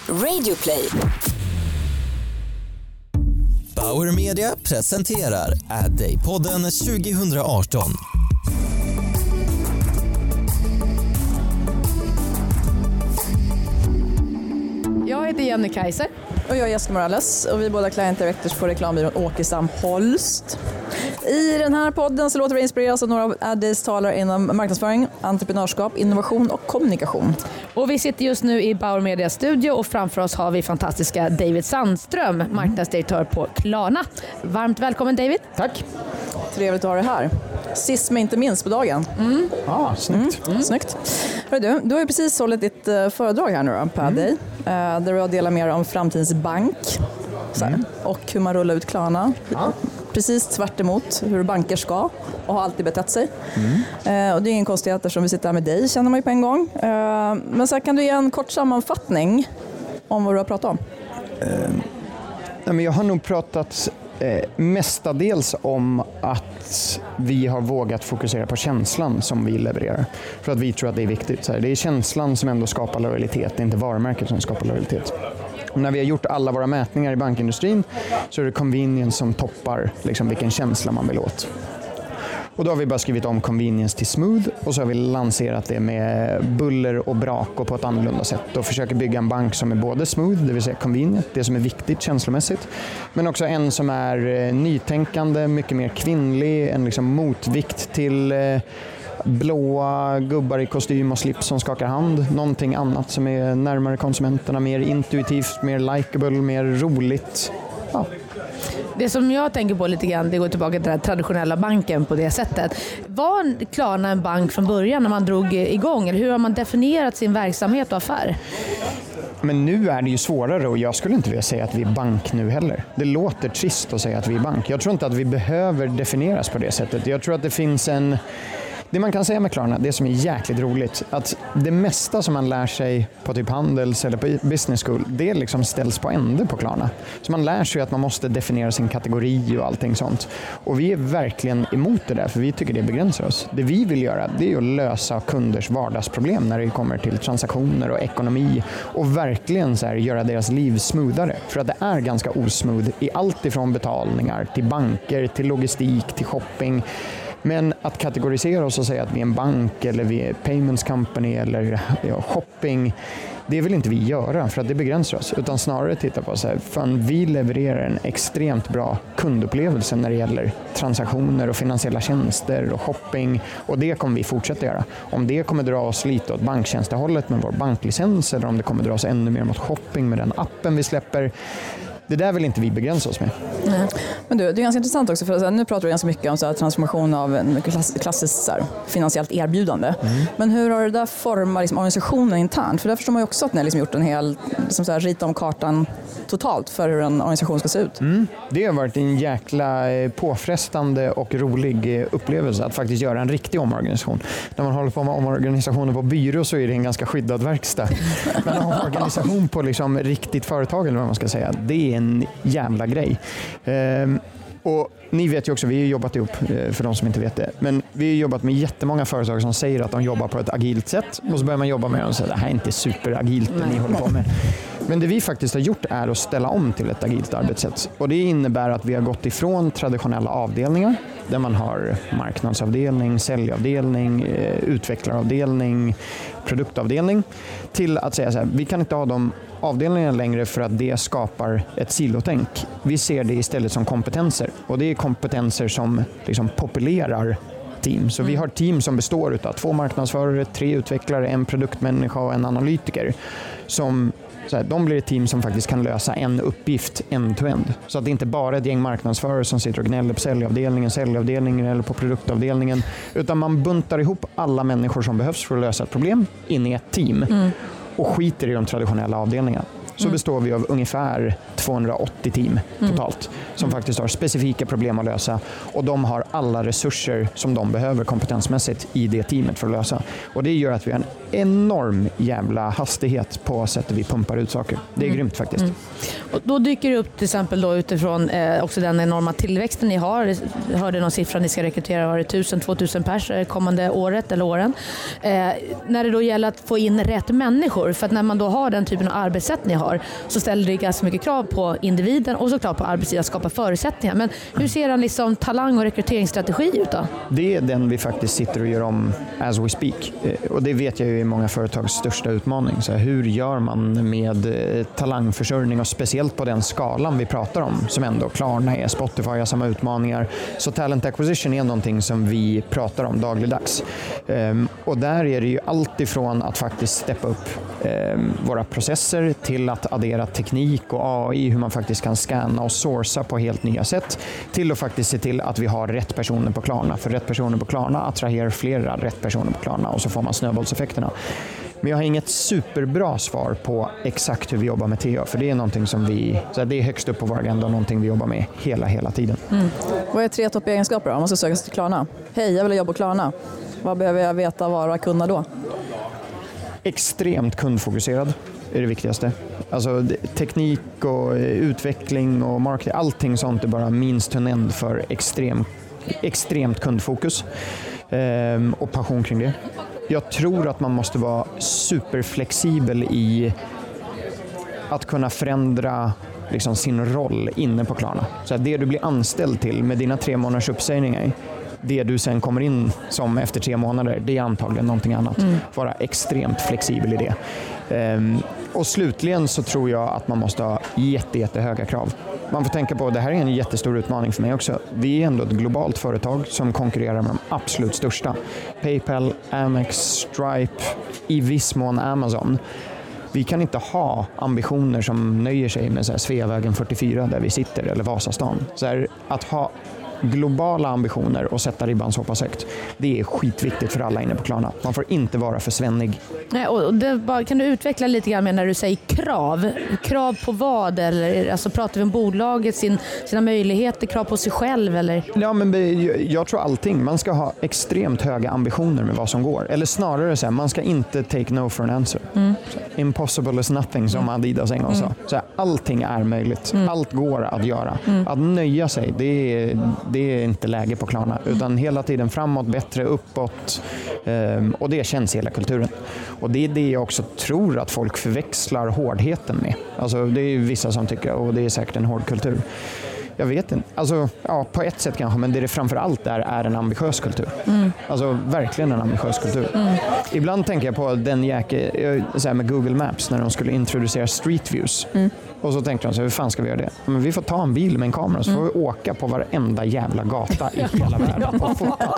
Radio Play. Bauer Media presenterar Ad-Day-podden 2018. Jag heter Jenny Kaiser. Och jag är Jessica Morales och vi är båda client directors på reklambyrån Åkesson Holst. I den här podden så låter vi inspireras av några av Ad-Days talare inom marknadsföring, entreprenörskap, innovation och kommunikation. Och vi sitter just nu i Bauer Media studio och framför oss har vi fantastiska David Sandström, marknadsdirektör på Klarna. Varmt välkommen David. Tack. Trevligt att ha dig här. Sist men inte minst på dagen. Snyggt. Snyggt. Hörru du har ju precis hållit ditt föredrag här nu då, på Ad-Day. Där du har delat mer om framtidens bank och hur man rullar ut Klarna. Precis tvärt emot hur banker ska och har alltid betett sig. Och det är ingen konstighet eftersom vi sitter här med dig, känner man ju på en gång. Men så här, kan du ge en kort sammanfattning om vad du har pratat om? Jag har nog pratat mestadels om att vi har vågat fokusera på känslan som vi levererar. För att vi tror att det är viktigt. Det är känslan som ändå skapar lojalitet, det är inte varumärket som skapar lojalitet. Och när vi har gjort alla våra mätningar i bankindustrin så är det convenience som toppar liksom vilken känsla man vill åt. Och då har vi bara skrivit om convenience till smooth och så har vi lanserat det med buller och brak och på ett annorlunda sätt. Och försöker bygga en bank som är både smooth, det vill säga convenient, det som är viktigt känslomässigt. Men också en som är nytänkande, mycket mer kvinnlig, en liksom motvikt till blåa gubbar i kostym och slips som skakar hand. Någonting annat som är närmare konsumenterna, mer intuitivt, mer likeable, mer roligt. Ja. Det som jag tänker på lite grann, det går tillbaka till den traditionella banken på det sättet. Var Klarna en bank från början när man drog igång? Eller hur har man definierat sin verksamhet och affär? Men nu är det ju svårare och jag skulle inte vilja säga att vi är bank nu heller. Det låter trist att säga att vi är bank. Jag tror inte att vi behöver definieras på det sättet. Jag tror att det finns det man kan säga med Klarna, det som är jäkligt roligt, att det mesta som man lär sig på typ Handels eller på business school, det liksom ställs på ände på Klarna. Så man lär sig att man måste definiera sin kategori och allting sånt. Och vi är verkligen emot det där, för vi tycker det begränsar oss. Det vi vill göra, det är att lösa kunders vardagsproblem när det kommer till transaktioner och ekonomi och verkligen så här göra deras liv smoothare. För att det är ganska osmooth i allt ifrån betalningar till banker, till logistik, till shopping. Men att kategorisera oss och säga att vi är en bank eller vi är payments company eller shopping, det vill inte vi göra för att det begränsar oss. Utan snarare titta på så här, fan, vi levererar en extremt bra kundupplevelse när det gäller transaktioner och finansiella tjänster och shopping. Och det kommer vi fortsätta göra. Om det kommer dra oss lite åt banktjänstehållet med vår banklicens eller om det kommer dra oss ännu mer mot shopping med den appen vi släpper. Det där vill inte vi begränsa oss med. Nej. Men du, det är ganska intressant också för nu pratar vi ganska mycket om så här, transformation av en klassiskt så här, finansiellt erbjudande. Men hur har det där format liksom, organisationen internt? För där förstår man ju också att ni har liksom gjort en hel, liksom så här, rita om kartan totalt för hur en organisation ska se ut. Det har varit en jäkla påfrestande och rolig upplevelse att faktiskt göra en riktig omorganisation. När man håller på med omorganisationer på byrå så är det en ganska skyddad verkstad. Men en omorganisation på liksom riktigt företag eller vad man ska säga, det är en jävla grej. Och ni vet ju också, vi har jobbat ihop för de som inte vet det. Men vi har jobbat med jättemånga företag som säger att de jobbar på ett agilt sätt. Och så börjar man jobba med det och säga, det här är inte superagilt det ni håller på med. Men det vi faktiskt har gjort är att ställa om till ett agilt arbetssätt. Och det innebär att vi har gått ifrån traditionella avdelningar där man har marknadsavdelning, säljavdelning, utvecklaravdelning, produktavdelning till att säga så här, vi kan inte ha de avdelningarna längre för att det skapar ett silotänk. Vi ser det istället som kompetenser och det är kompetenser som liksom populerar team. Så vi har team som består av 2 marknadsförare, 3 utvecklare, en produktmänniska och en analytiker som så här, de blir ett team som faktiskt kan lösa en uppgift end-to-end. Så att det inte bara är ett gäng marknadsförare som sitter och gnäller på säljavdelningen eller på produktavdelningen. Utan man buntar ihop alla människor som behövs för att lösa ett problem in i ett team. Och skiter i de traditionella avdelningarna. Så består vi av ungefär 280 team totalt som faktiskt har specifika problem att lösa och de har alla resurser som de behöver kompetensmässigt i det teamet för att lösa. Och det gör att vi har en enorm jävla hastighet på sättet vi pumpar ut saker. Det är grymt faktiskt. Och då dyker det upp till exempel då utifrån också den enorma tillväxten ni har. Jag hörde någon siffra, ni ska rekrytera, var det 1000-2000 pers kommande året eller åren. När det då gäller att få in rätt människor, för att när man då har den typen av arbetssätt ni har, så ställer det ganska mycket krav på individen och såklart på arbetsgivaren att skapa förutsättningar. Men hur ser en liksom talang- och rekryteringsstrategi ut då? Det är den vi faktiskt sitter och gör om as we speak. Och det vet jag ju är många företags största utmaning. Så hur gör man med talangförsörjning och speciellt på den skalan vi pratar om som ändå Klarna är, Spotify har samma utmaningar. Så talent acquisition är någonting som vi pratar om dagligdags. Och där är det ju allt ifrån att faktiskt steppa upp våra processer till att addera teknik och AI, hur man faktiskt kan scanna och sourca på helt nya sätt, till att faktiskt se till att vi har rätt personer på Klarna. För rätt personer på Klarna attraherar flera rätt personer på Klarna och så får man snöbollseffekterna. Men jag har inget superbra svar på exakt hur vi jobbar med TA, för det är någonting som det är högst upp på vår agenda och någonting vi jobbar med hela tiden. Vad är 3 toppegenskaper då om man ska söka sig till Klarna? Hej, jag vill jobba på Klarna. Vad behöver jag veta, vara, kunna då? extremt kundfokuserad är det viktigaste. Alltså teknik och utveckling och marketing, allting sånt är bara means to an end för extremt kundfokus och passion kring det. Jag tror att man måste vara superflexibel i att kunna förändra liksom sin roll inne på Klarna. Så att det du blir anställd till med dina 3 månaders uppsägningar, det du sen kommer in som efter 3 månader, det är antagligen någonting annat. Vara extremt flexibel i det. Och slutligen så tror jag att man måste ha jättehöga krav. Man får tänka på att det här är en jättestor utmaning för mig också. Vi är ändå ett globalt företag som konkurrerar med de absolut största. PayPal, Amex, Stripe, i viss mån Amazon. Vi kan inte ha ambitioner som nöjer sig med så här Sveavägen 44 där vi sitter eller Vasastan. Så här, att ha globala ambitioner och sätta ribban så pass högt, det är skitviktigt för alla inne på Klarna. Man får inte vara för svennig. Nej, och kan du utveckla lite grann med när du säger krav? Krav på vad? Eller, alltså, pratar vi om bolaget, sina möjligheter, krav på sig själv? Eller? Ja, men jag tror allting. Man ska ha extremt höga ambitioner med vad som går. Eller snarare så här, man ska inte take no for an answer. Impossible is nothing, som Adidas en gång sa. Så här, allting är möjligt. Allt går att göra. Att nöja sig, det är inte läge på Klarna, utan hela tiden framåt, bättre, uppåt, och det känns i hela kulturen. Och det är det jag också tror att folk förväxlar hårdheten med. Alltså det är ju vissa som tycker, och det är säkert en hård kultur. Jag vet inte. Alltså, ja, på ett sätt kanske, men det framför allt är en ambitiös kultur. Alltså verkligen en ambitiös kultur. Ibland tänker jag på den så här med Google Maps när de skulle introducera Street Views. Och så tänkte de så här, hur fan ska vi göra det? Men vi får ta en bil med en kamera så får vi åka på varenda jävla gata i hela världen och fota.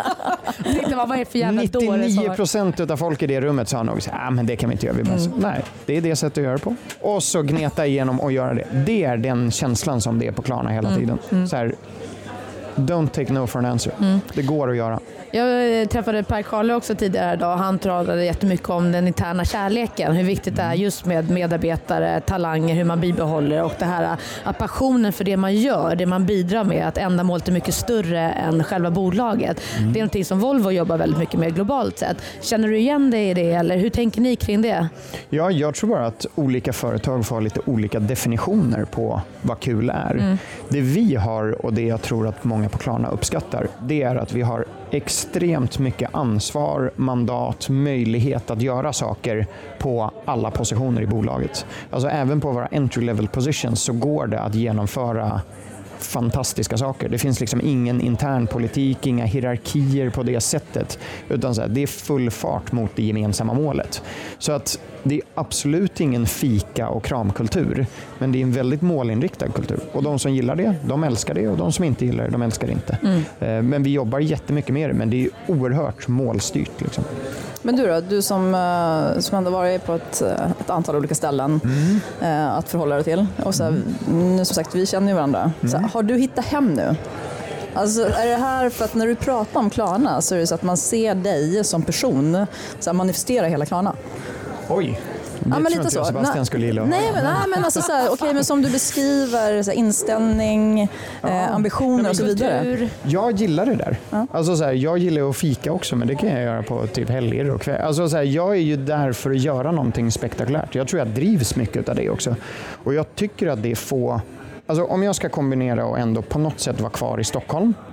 99% av folk i det rummet sa nog så här, men det kan vi inte göra. Nej, det är det sättet att göra på. Och så gneta igenom och göra det. Det är den känslan som det är på Klarna hela tiden. Så här, don't take no for an answer. Det går att göra. Jag träffade Per Karle också tidigare idag. Han talade jättemycket om den interna kärleken. Hur viktigt det är just med medarbetare, talanger, hur man bibehåller och det här att passionen för det man gör, det man bidrar med, att ändamålet är mycket större än själva bolaget. Det är någonting som Volvo jobbar väldigt mycket med globalt sett. Känner du igen dig i det eller hur tänker ni kring det? Ja, jag tror bara att olika företag får lite olika definitioner på vad kul är. Det vi har och det jag tror att många på Klarna uppskattar, det är att vi har extremt mycket ansvar, mandat, möjlighet att göra saker på alla positioner i bolaget. Alltså även på våra entry level positions så går det att genomföra fantastiska saker. Det finns liksom ingen intern politik, inga hierarkier på det sättet, utan så här, det är full fart mot det gemensamma målet. Så att det är absolut ingen fika- och kramkultur, men det är en väldigt målinriktad kultur. Och de som gillar det, de älskar det, och de som inte gillar det, de älskar det inte. Men vi jobbar jättemycket med det, men det är oerhört målstyrt. Liksom. Men du då, du som ändå varit på ett antal olika ställen att förhålla dig till. Och så, nu som sagt, vi känner ju varandra. Så, har du hittat hem nu? Alltså, är det här för att när du pratar om Klarna så är det så att man ser dig som person så att manifestera hela Klarna? Oj. Det tror lite inte så. Jag Sebastian skulle gilla. Nej, men alltså så här, okej, men som du beskriver så här, inställning, ambitioner och så vidare. Jag gillar det där. Alltså så här, jag gillar att fika också, men det kan jag göra på typ helger och kväll. Alltså så här, jag är ju där för att göra någonting spektakulärt. Jag tror jag drivs mycket av det också. Och jag tycker att det är få. Alltså om jag ska kombinera och ändå på något sätt vara kvar i Stockholm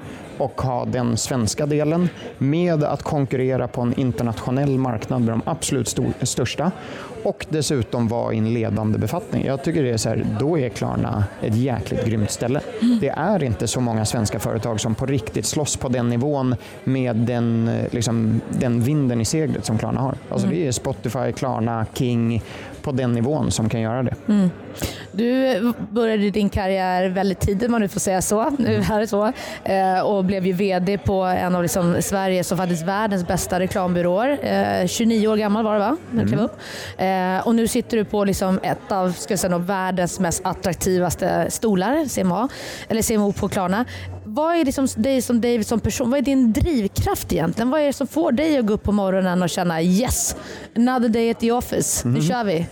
och ha den svenska delen med att konkurrera på en internationell marknad med de absolut största och dessutom vara i en ledande befattning. Jag tycker det är så här, då är Klarna ett jäkligt grymt ställe. Det är inte så många svenska företag som på riktigt slåss på den nivån med den vinden i seglet som Klarna har. Alltså det är Spotify, Klarna, King på den nivån som kan göra det. Du började din karriär väldigt tidigt, man nu får säga så, och blev ju vd på en av Sveriges och faktiskt världens bästa reklambyråer. 29 år gammal var det, va? När du klev upp. Och nu sitter du på ett av världens mest attraktivaste stolar, CMO på Klarna. Vad är dig som David som person? Vad är din drivkraft egentligen? Vad är det som får dig att gå upp på morgonen och känna yes, another day at the office, nu kör vi?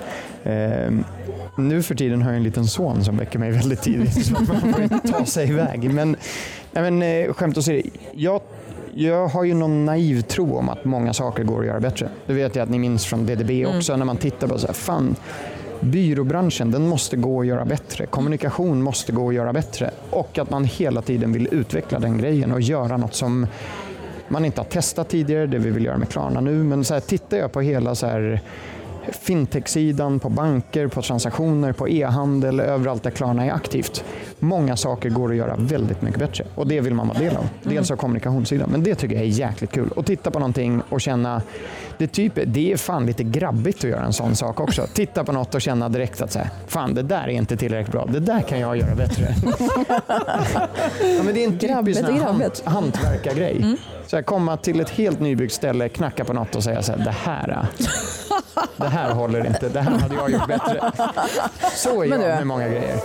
Nu för tiden har jag en liten son som väcker mig väldigt tidigt så man får inte ta sig iväg. Men skämt åsido, jag har ju någon naiv tro om att många saker går att göra bättre. Det vet jag att ni minns från DDB också när man tittar på så här, fan, byråbranschen, den måste gå att göra bättre. Kommunikation måste gå att göra bättre. Och att man hela tiden vill utveckla den grejen och göra något som man inte har testat tidigare, det vi vill göra med Klarna nu. Men så här, tittar jag på hela så här fintech-sidan, på banker, på transaktioner, på e-handel, överallt där Klarna är aktivt. Många saker går att göra väldigt mycket bättre och det vill man vara del av. Dels av kommunikationssidan, men det tycker jag är jäkligt kul. Och titta på någonting och känna, det är fan lite grabbigt att göra en sån sak också. Titta på något och känna direkt att säga, fan det där är inte tillräckligt bra, det där kan jag göra bättre. Ja, men det är en typisk hantverkargrej. Så här, komma till ett helt nybyggt ställe, knacka på något och säga så här, det här håller inte, det här hade jag gjort bättre. Så är jag med många grejer.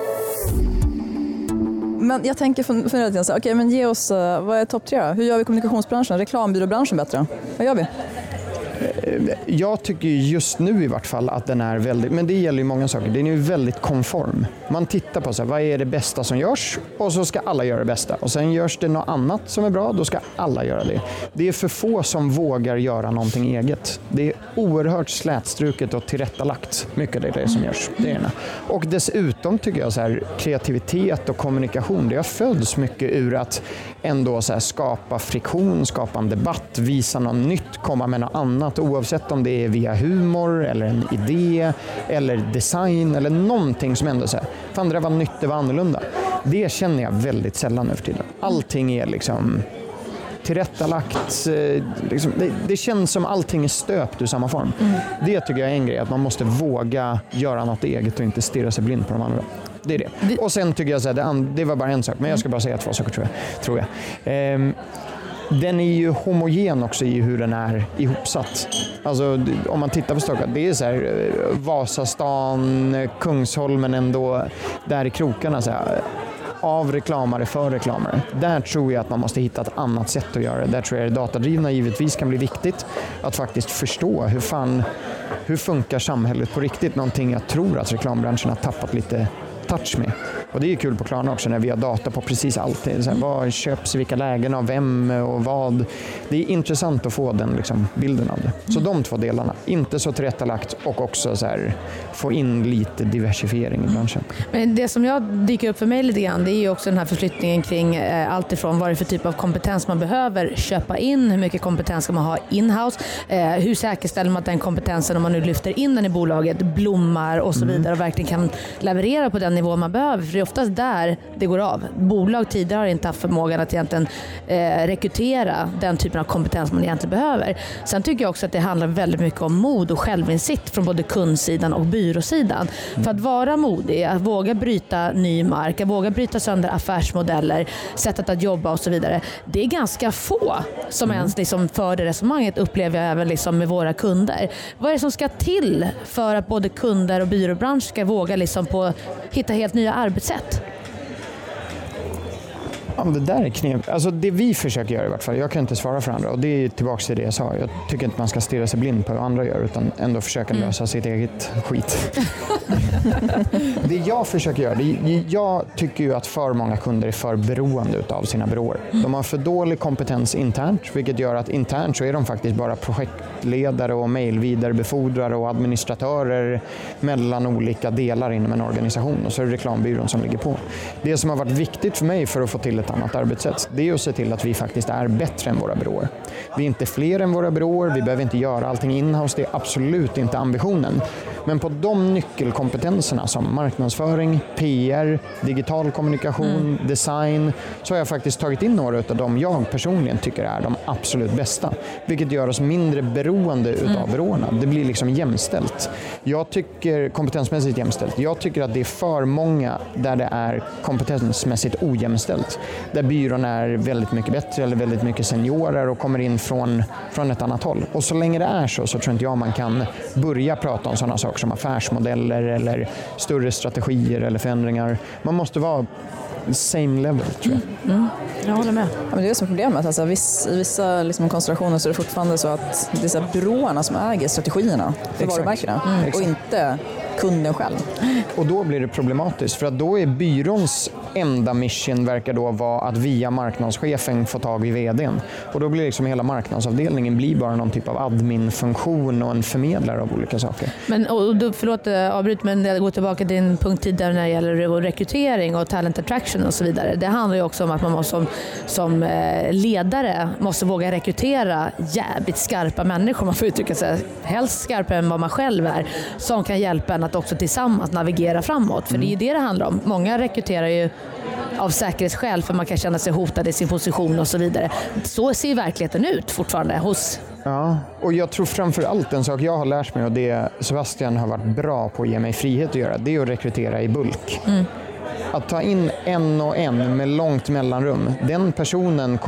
Men jag tänker fundera lite, okej, men ge oss, vad är topp 3 då? Hur gör vi kommunikationsbranschen, reklambyråbranschen bättre? Vad gör vi? Jag tycker just nu i vart fall att den är väldigt, men det gäller ju många saker, den är ju väldigt konform. Man tittar på så här, vad är det bästa som görs och så ska alla göra det bästa. Och sen görs det något annat som är bra, då ska alla göra det. Det är för få som vågar göra någonting eget. Det är oerhört slätstruket och tillrättalagt, mycket av det som görs. Det är ena. Och dessutom tycker jag så här, kreativitet och kommunikation, det har följts mycket ur att ändå så här, skapa friktion, skapa en debatt, visa något nytt, komma med något annat. Oavsett om det är via humor eller en idé eller design eller någonting som ändå säger, fan det var nytt, det var annorlunda. Det känner jag väldigt sällan nu för tiden. Allting är tillrättalagt, det känns som allting är stöpt ur samma form. Det tycker jag är en grej, att man måste våga göra något eget och inte stirra sig blind på de andra. Det är det. Och sen tycker jag att det var bara en sak, men jag ska bara säga 2 saker tror jag. Den är ju homogen också i hur den är ihopsatt. Alltså om man tittar på Stockholm, det är så här Vasastan, Kungsholmen ändå, där i krokarna så här, av reklamare för reklamare. Där tror jag att man måste hitta ett annat sätt att göra det. Där tror jag att datadrivna givetvis kan bli viktigt. Att faktiskt förstå hur funkar samhället på riktigt. Någonting jag tror att reklambranschen har tappat lite touch med. Och det är kul på Klarna också när vi har data på precis allt. Så här, vad köps i vilka lägen av vem och vad. Det är intressant att få den bilden av det. Så de 2 delarna. Inte så tillrättalagt och också så här, få in lite diversifiering i branschen. Men det som jag dyker upp för mig lite grann, det är ju också den här förflyttningen kring allt ifrån vad det är för typ av kompetens man behöver köpa in, hur mycket kompetens ska man ha in-house, hur säkerställer man att den kompetensen, om man nu lyfter in den i bolaget, blommar och så vidare och verkligen kan leverera på den nivå man behöver. För det är oftast där det går av. Bolag tidigare har inte haft förmågan att egentligen rekrytera den typen av kompetens man egentligen behöver. Sen tycker jag också att det handlar väldigt mycket om mod och självinsikt från både kundsidan och byråsidan. För att vara modig, att våga bryta ny mark, att våga bryta sönder affärsmodeller, sättet att jobba och så vidare. Det är ganska få som ens för det resonemanget, upplever jag även med våra kunder. Vad är det som ska till för att både kunder och byråbransch ska våga hitta helt nya arbetssätt? Ja, det där är knep. Alltså det vi försöker göra i vart fall, jag kan inte svara för andra och det är tillbaka till det jag sa. Jag tycker inte man ska stirra sig blind på hur andra gör utan ändå försöka lösa sitt eget skit. Det jag försöker göra, jag tycker ju att för många kunder är för beroende av sina byråer. De har för dålig kompetens internt, vilket gör att internt så är de faktiskt bara projektledare och mejlvidarebefordrare och administratörer mellan olika delar inom en organisation och så är det reklambyrån som ligger på. Det som har varit viktigt för mig för att få till ett helt annat arbetssätt. Det är att se till att vi faktiskt är bättre än våra byråer. Vi är inte fler än våra byråer, vi behöver inte göra allting in-house, det är absolut inte ambitionen. Men på de nyckelkompetenserna som marknadsföring, PR, digital kommunikation, design, så har jag faktiskt tagit in några av dem jag personligen tycker är de absolut bästa. Vilket gör oss mindre beroende utav byråerna. Det blir liksom jämställt. Jag tycker kompetensmässigt jämställt. Jag tycker att det är för många där det är kompetensmässigt ojämställt. Där byrån är väldigt mycket bättre eller väldigt mycket seniorer och kommer in från ett annat håll. Och så länge det är så tror inte jag man kan börja prata om sådana saker som affärsmodeller eller större strategier eller förändringar. Man måste vara same level, tror jag. Jag håller med. Ja, men det är som problemet. Alltså, i vissa liksom, konstellationer så är det fortfarande så att det är så byråerna som äger strategierna för varumärkena och inte kunden själv. Och då blir det problematiskt, för att då är byråns enda mission verkar då vara att via marknadschefen få tag i vdn. Och då blir liksom hela marknadsavdelningen blir bara någon typ av adminfunktion och en förmedlare av olika saker. Men, förlåt avbryt, men jag går tillbaka till din punkt tidigare när det gäller rekrytering och talent attraction och så vidare. Det handlar ju också om att man måste, som ledare måste våga rekrytera jävligt skarpa människor, man får uttrycka sig, helst skarpare än vad man själv är, som kan hjälpa en att också tillsammans navigera framåt. För det är ju det handlar om. Många rekryterar ju av säkerhetsskäl för man kan känna sig hotad i sin position och så vidare. Så ser verkligheten ut fortfarande hos... Ja, och jag tror framförallt en sak jag har lärt mig och det Sebastian har varit bra på att ge mig frihet att göra, det är att rekrytera i bulk. Att ta in en och en med långt mellanrum, den personen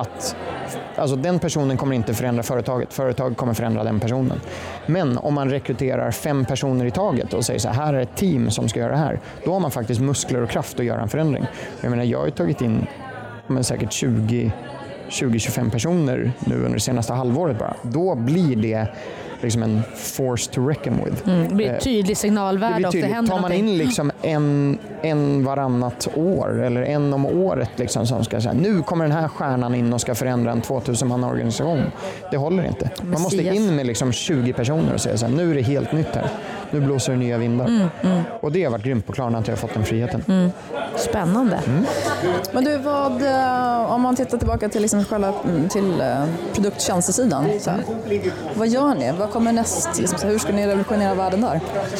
kommer inte förändra företaget kommer förändra den personen. Men om man rekryterar 5 personer i taget och säger så här är ett team som ska göra det här, då har man faktiskt muskler och kraft att göra en förändring. Jag har ju tagit in säkert 20-25 personer nu under det senaste halvåret bara. Då blir det liksom en force to reckon with. Det blir ett tydligt signalvärde. Tar man in liksom en varannat år eller en om året liksom, som ska säga nu kommer den här stjärnan in och ska förändra en 2000-man-organisation. Det håller inte. Man måste in med liksom 20 personer och säga så här, nu är det helt nytt här. Nu blåser det nya vindar. Och det har varit grymt på Klarna att jag har fått den friheten. Spännande. Men du, om man tittar tillbaka till, liksom till produkttjänstesidan, vad gör ni? Vad kommer näst? Liksom, hur ska ni revolutionera världen där?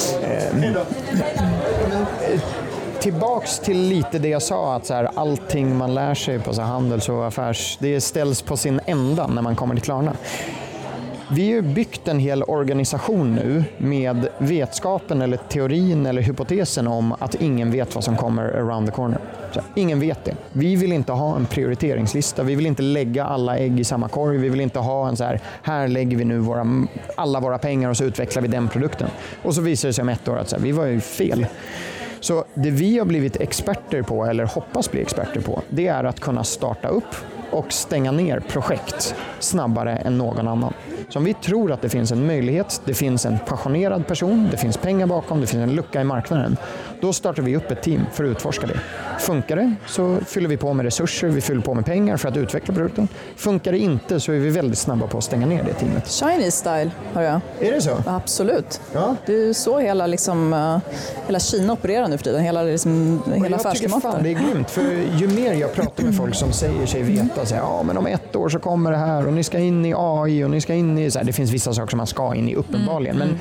Tillbaks till lite det jag sa, att allting man lär sig på handels- och affärs, det ställs på sin ända när man kommer till Klarna. Vi har byggt en hel organisation nu med vetskapen eller teorin eller hypotesen om att ingen vet vad som kommer around the corner. Ingen vet det. Vi vill inte ha en prioriteringslista. Vi vill inte lägga alla ägg i samma korg. Vi vill inte ha en här lägger vi nu alla våra pengar och så utvecklar vi den produkten. Och så visar det sig om ett år att vi var ju fel. Så det vi har blivit experter på, eller hoppas bli experter på, det är att kunna starta upp och stänga ner projekt snabbare än någon annan. Så om vi tror att det finns en möjlighet, det finns en passionerad person, det finns pengar bakom, det finns en lucka i marknaden, då startar vi upp ett team för att utforska det. Funkar det så fyller vi på med resurser, vi fyller på med pengar för att utveckla produkten. Funkar det inte så är vi väldigt snabba på att stänga ner det teamet. Chinese style, hör jag. Är det så? Absolut. Ja. Du såg hela Kina operera nu för tiden, hela affärsklimatet. Det är grymt, för ju mer jag pratar med folk som säger sig veta, men om 1 år så kommer det här och ni ska in i AI och ni ska in i, det finns vissa saker som man ska in i uppenbarligen, men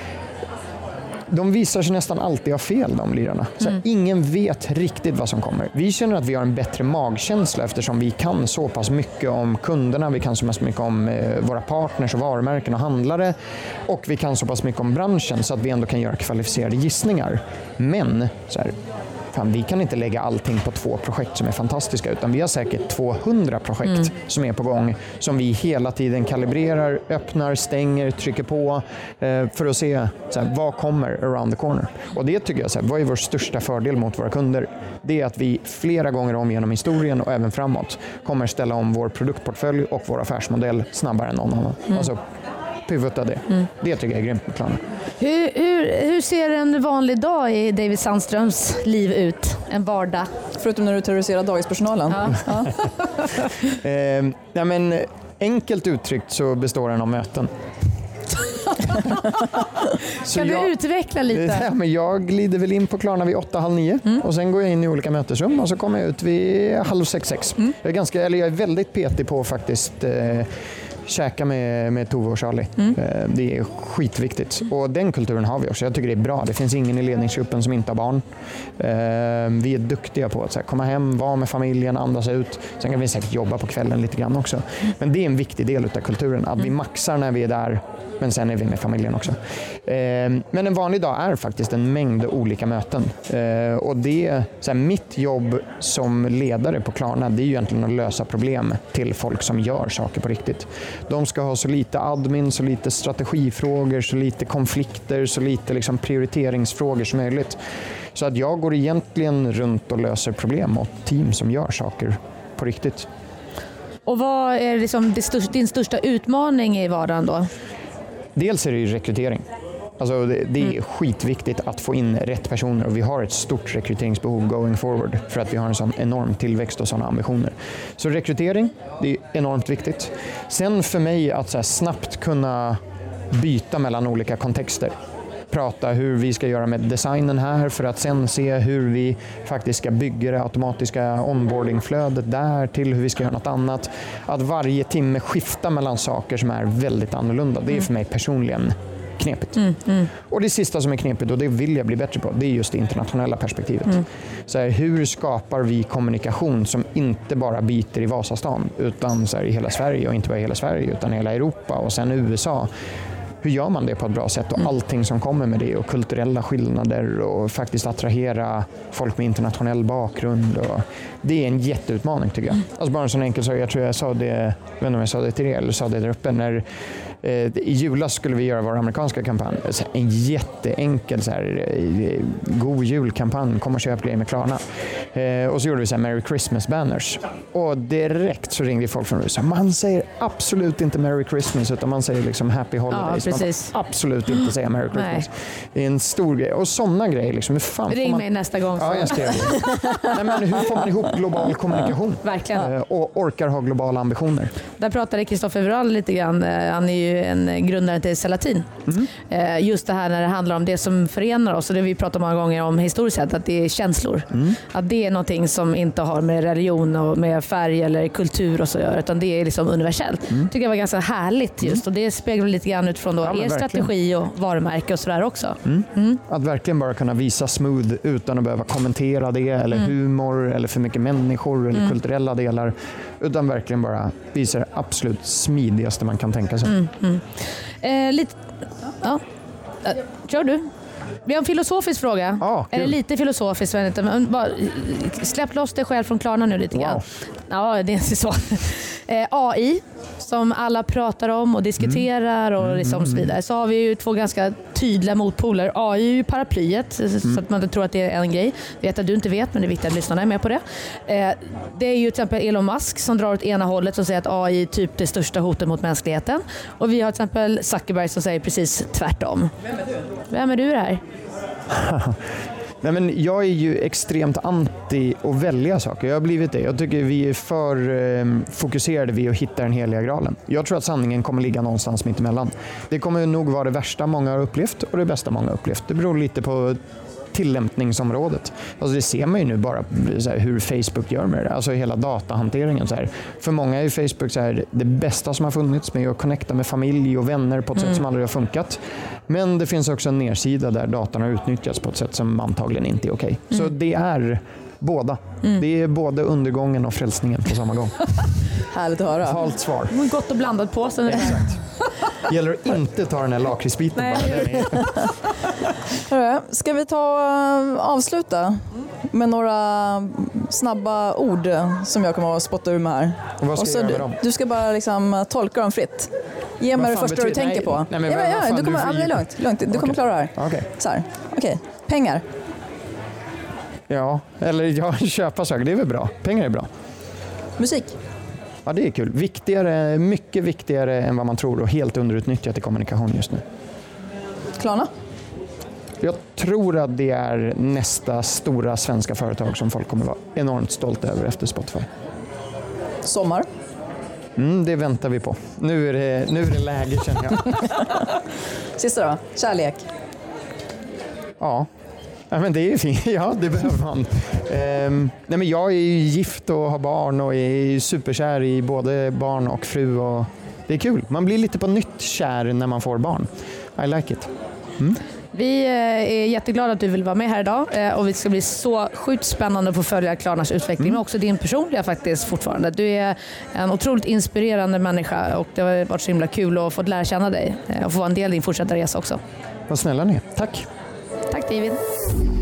de visar sig nästan alltid ha fel, de lirarna. Ingen vet riktigt vad som kommer. Vi känner att vi har en bättre magkänsla eftersom vi kan så pass mycket om kunderna, vi kan så pass mycket om våra partners och varumärken och handlare, och vi kan så pass mycket om branschen så att vi ändå kan göra kvalificerade gissningar. Men vi kan inte lägga allting på 2 projekt som är fantastiska, utan vi har säkert 200 projekt som är på gång, som vi hela tiden kalibrerar, öppnar, stänger, trycker på för att se vad kommer around the corner. Och det tycker jag, vad är vår största fördel mot våra kunder? Det är att vi flera gånger om genom historien och även framåt kommer ställa om vår produktportfölj och vår affärsmodell snabbare än någon annan. Alltså pivota det. Det tycker jag är grymt med Klarna. Hur ser en vanlig dag i David Sandströms liv ut? En vardag? Förutom när du terroriserar dagispersonalen. Ja. Enkelt uttryckt så består den av möten. Kan du utveckla lite? Ja, men jag glider väl in på Klarna vid 8:30 och sen går jag in i olika mötesrum och så kommer jag ut vid 5:30. Jag är väldigt petig på faktiskt käka med Tove och Charlie. Det är skitviktigt. Och den kulturen har vi också. Jag tycker det är bra. Det finns ingen i ledningsgruppen som inte har barn. Vi är duktiga på att komma hem, vara med familjen, andas ut. Sen kan vi säkert jobba på kvällen lite grann också. Men det är en viktig del av kulturen. Att vi maxar när vi är där, men sen är vi med familjen också. Men en vanlig dag är faktiskt en mängd olika möten. Och det, mitt jobb som ledare på Klarna, det är ju egentligen att lösa problem till folk som gör saker på riktigt. De ska ha så lite admin, så lite strategifrågor, så lite konflikter, så lite liksom prioriteringsfrågor som möjligt. Så att jag går egentligen runt och löser problem åt team som gör saker på riktigt. Och vad är liksom din största utmaning i vardagen då? Dels är det ju rekrytering. Alltså det är skitviktigt att få in rätt personer och vi har ett stort rekryteringsbehov going forward för att vi har en sån enorm tillväxt och sådana ambitioner. Så rekrytering, det är enormt viktigt. Sen för mig att snabbt kunna byta mellan olika kontexter. Prata hur vi ska göra med designen här för att sen se hur vi faktiskt ska bygga det automatiska onboardingflödet där till hur vi ska göra något annat. Att varje timme skifta mellan saker som är väldigt annorlunda, det är för mig personligen knepigt. Och det sista som är knepigt, och det vill jag bli bättre på, det är just det internationella perspektivet. Så här, hur skapar vi kommunikation som inte bara biter i Vasastan utan så här, i hela Sverige, och inte bara i hela Sverige utan i hela Europa och sen USA. Hur gör man det på ett bra sätt och allting som kommer med det och kulturella skillnader och faktiskt attrahera folk med internationell bakgrund. Och det är en jätteutmaning tycker jag. Alltså bara en sån enkel sak, jag tror jag sa det, jag vet inte om jag sa det till er eller sa det där uppe, när i julas skulle vi göra vår amerikanska kampanj. En jätteenkel så här, god julkampanj, kom och köp grejer med Klarna. Och så gjorde vi så här Merry Christmas banners. Och direkt så ringde folk från USA. Man säger absolut inte Merry Christmas utan man säger liksom Happy Holidays. Ja, precis. Man får absolut inte säga Merry Christmas. Nej. Det är en stor grej. Och sådana grejer liksom, hur fan ring mig nästa gång. Ja, jag skrev det. Nej, men hur får man ihop global kommunikation? Verkligen. Och orkar ha globala ambitioner. Där pratade Kristoffer Wrall lite grann. Han är ju en grundare till Selatin. Just det här när det handlar om det som förenar oss, och det vi pratar många gånger om historiskt sett, att det är känslor. Att det är någonting som inte har med religion och med färg eller kultur och så göra, utan det är liksom universellt. Tycker jag var ganska härligt just, och det speglar lite grann utifrån då er strategi och varumärke och sådär också. Att verkligen bara kunna visa smooth utan att behöva kommentera det eller humor eller för mycket människor eller kulturella delar, utan verkligen bara visa det absolut smidigaste man kan tänka sig. Kör du? Vi har en filosofisk fråga. Eller lite filosofisk, men bara släpp loss dig själv från Klarna nu lite grann. Ja, det är inte så. AI, som alla pratar om och diskuterar och liksom så vidare. Så har vi ju två ganska tydliga motpoler. AI är ju paraplyet, så att man inte tror att det är en grej. Vet att du inte vet, men det är viktigt att lyssnarna är med på det. Det är ju till exempel Elon Musk som drar åt ena hållet och säger att AI är typ det största hotet mot mänskligheten. Och vi har till exempel Zuckerberg som säger precis tvärtom. Vem är du här? Nej, men jag är ju extremt anti att välja saker. Jag har blivit det. Jag tycker vi är för fokuserade vid att hitta den heliga graalen. Jag tror att sanningen kommer ligga någonstans mitt emellan. Det kommer nog vara det värsta många har upplevt och det bästa många har upplevt. Det beror lite på tillämpningsområdet. Alltså det ser man ju nu bara så här, hur Facebook gör med det. Alltså hela datahanteringen. Så här. För många är Facebook så här, det bästa som har funnits med att connecta med familj och vänner på ett sätt som aldrig har funkat. Men det finns också en nedsida där datan har utnyttjats på ett sätt som antagligen inte är okej. Så det är båda. Det är både undergången och frälsningen på samma gång. Härligt att höra. Halt svar. Gott och blandat på sig. Exakt. Gäller att inte ta den här lakritsbiten. Ska vi avsluta med några snabba ord som jag kommer att spotta ur med här. Och vad ska jag göra med dem? Du ska bara liksom tolka dem fritt. Ge mig det första du tänker på. Nej, men du kommer, lugnt. Du kommer klara det här. Okay. Okej. Pengar. Ja, eller köpa saker. Det är väl bra. Pengar är bra. Musik. Ja, det är kul. Mycket viktigare än vad man tror och helt underutnyttjat i kommunikation just nu. Klarna? Jag tror att det är nästa stora svenska företag som folk kommer vara enormt stolta över efter Spotify. Sommar? Det väntar vi på. Nu är det läge, känner jag. Sista då, kärlek. Ja. Ja, men det är fint. Ja, det behöver man. Nej, men jag är ju gift och har barn och är superkär i både barn och fru. Och det är kul. Man blir lite på nytt kär när man får barn. I like it. Vi är jätteglada att du vill vara med här idag och det ska bli så sjukt spännande att få följa Klarnas utveckling men också din personliga faktiskt fortfarande. Du är en otroligt inspirerande människa och det har varit så himla kul att få lära känna dig och få vara en del i din fortsatta resa också. Vad snälla ni. Tack. Tack David.